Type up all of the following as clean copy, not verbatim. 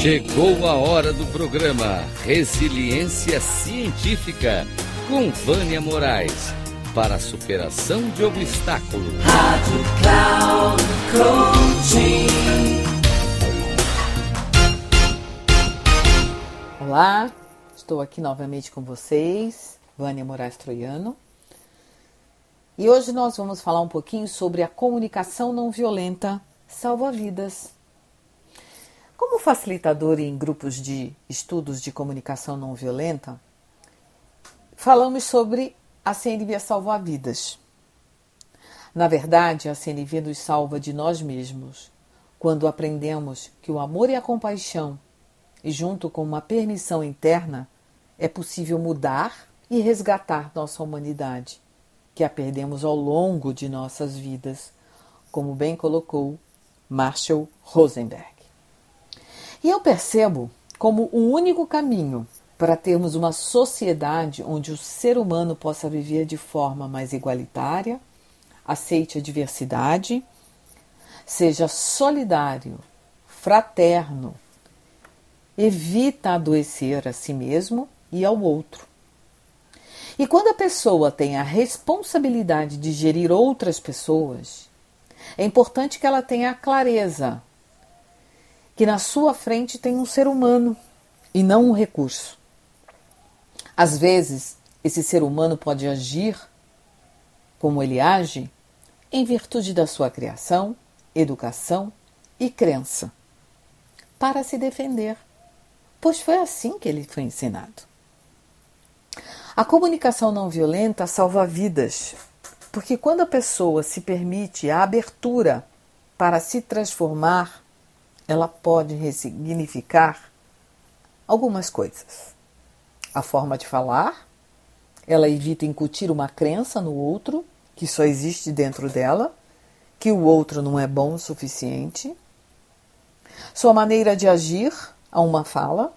Chegou a hora do programa Resiliência Científica com Vânia Moraes para a superação de obstáculos. Rádio Cloud Coaching. Olá, estou aqui novamente com vocês, Vânia Moraes Troiano. E hoje nós vamos falar um pouquinho sobre a comunicação não violenta salva vidas. Como facilitador em grupos de estudos de comunicação não violenta, falamos sobre a CNV salvar vidas. Na verdade, a CNV nos salva de nós mesmos, quando aprendemos que o amor e a compaixão, e junto com uma permissão interna, é possível mudar e resgatar nossa humanidade, que a perdemos ao longo de nossas vidas, como bem colocou Marshall Rosenberg. E eu percebo como o único caminho para termos uma sociedade onde o ser humano possa viver de forma mais igualitária, aceite a diversidade, seja solidário, fraterno, evita adoecer a si mesmo e ao outro. E quando a pessoa tem a responsabilidade de gerir outras pessoas, é importante que ela tenha a clareza que na sua frente tem um ser humano e não um recurso. Às vezes, esse ser humano pode agir como ele age em virtude da sua criação, educação e crença, para se defender, pois foi assim que ele foi ensinado. A comunicação não violenta salva vidas, porque quando a pessoa se permite a abertura para se transformar, ela pode ressignificar algumas coisas. A forma de falar, ela evita incutir uma crença no outro, que só existe dentro dela, que o outro não é bom o suficiente. Sua maneira de agir a uma fala,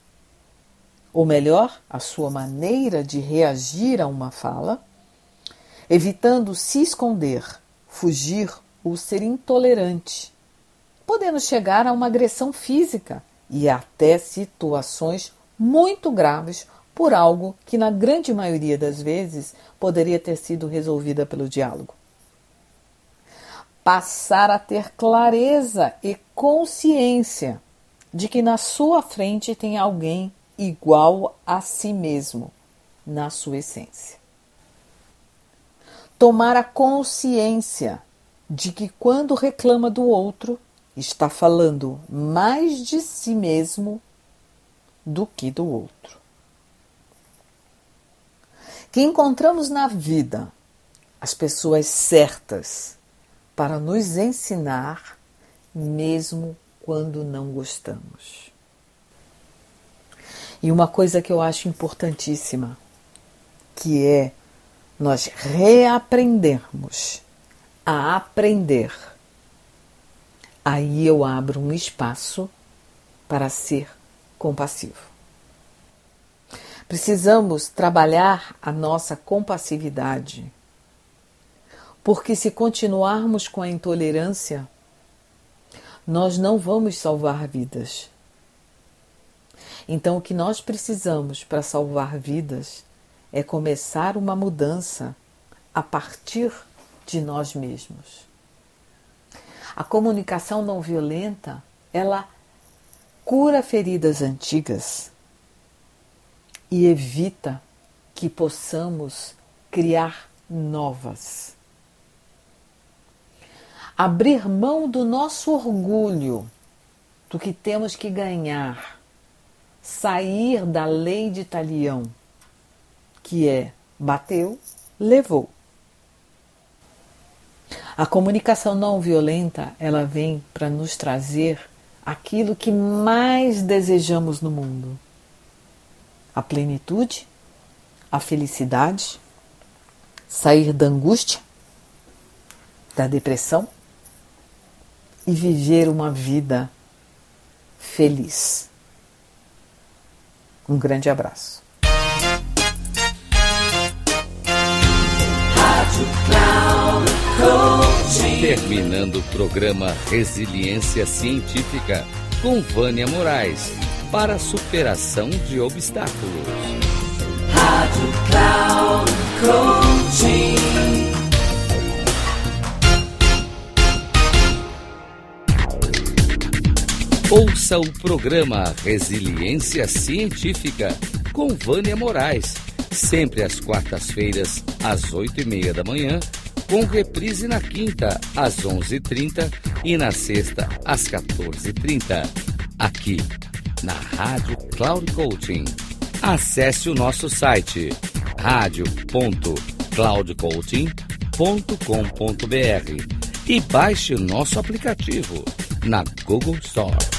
ou melhor, a sua maneira de reagir a uma fala, evitando se esconder, fugir ou ser intolerante, podendo chegar a uma agressão física e até situações muito graves por algo que na grande maioria das vezes poderia ter sido resolvida pelo diálogo. Passar a ter clareza e consciência de que na sua frente tem alguém igual a si mesmo, na sua essência. Tomar a consciência de que quando reclama do outro, está falando mais de si mesmo do que do outro. Que encontramos na vida as pessoas certas para nos ensinar, mesmo quando não gostamos. E uma coisa que eu acho importantíssima, que é nós reaprendermos a aprender. Aí eu abro um espaço para ser compassivo. Precisamos trabalhar a nossa compassividade, porque se continuarmos com a intolerância, nós não vamos salvar vidas. Então, o que nós precisamos para salvar vidas é começar uma mudança a partir de nós mesmos. A comunicação não violenta, ela cura feridas antigas e evita que possamos criar novas. Abrir mão do nosso orgulho, do que temos que ganhar, sair da lei de Talião, que é bateu, levou. A comunicação não violenta, ela vem para nos trazer aquilo que mais desejamos no mundo. A plenitude, a felicidade, sair da angústia, da depressão e viver uma vida feliz. Um grande abraço. Terminando o programa Resiliência Científica com Vânia Moraes, para a superação de obstáculos. Rádio Cloud Coaching. Ouça o programa Resiliência Científica com Vânia Moraes, sempre às quartas-feiras, às 8h30 da manhã, com reprise na quinta, às 11h30 e na sexta, às 14h30, aqui na Rádio Cloud Coaching. Acesse o nosso site radio.cloudcoaching.com.br e baixe o nosso aplicativo na Google Store.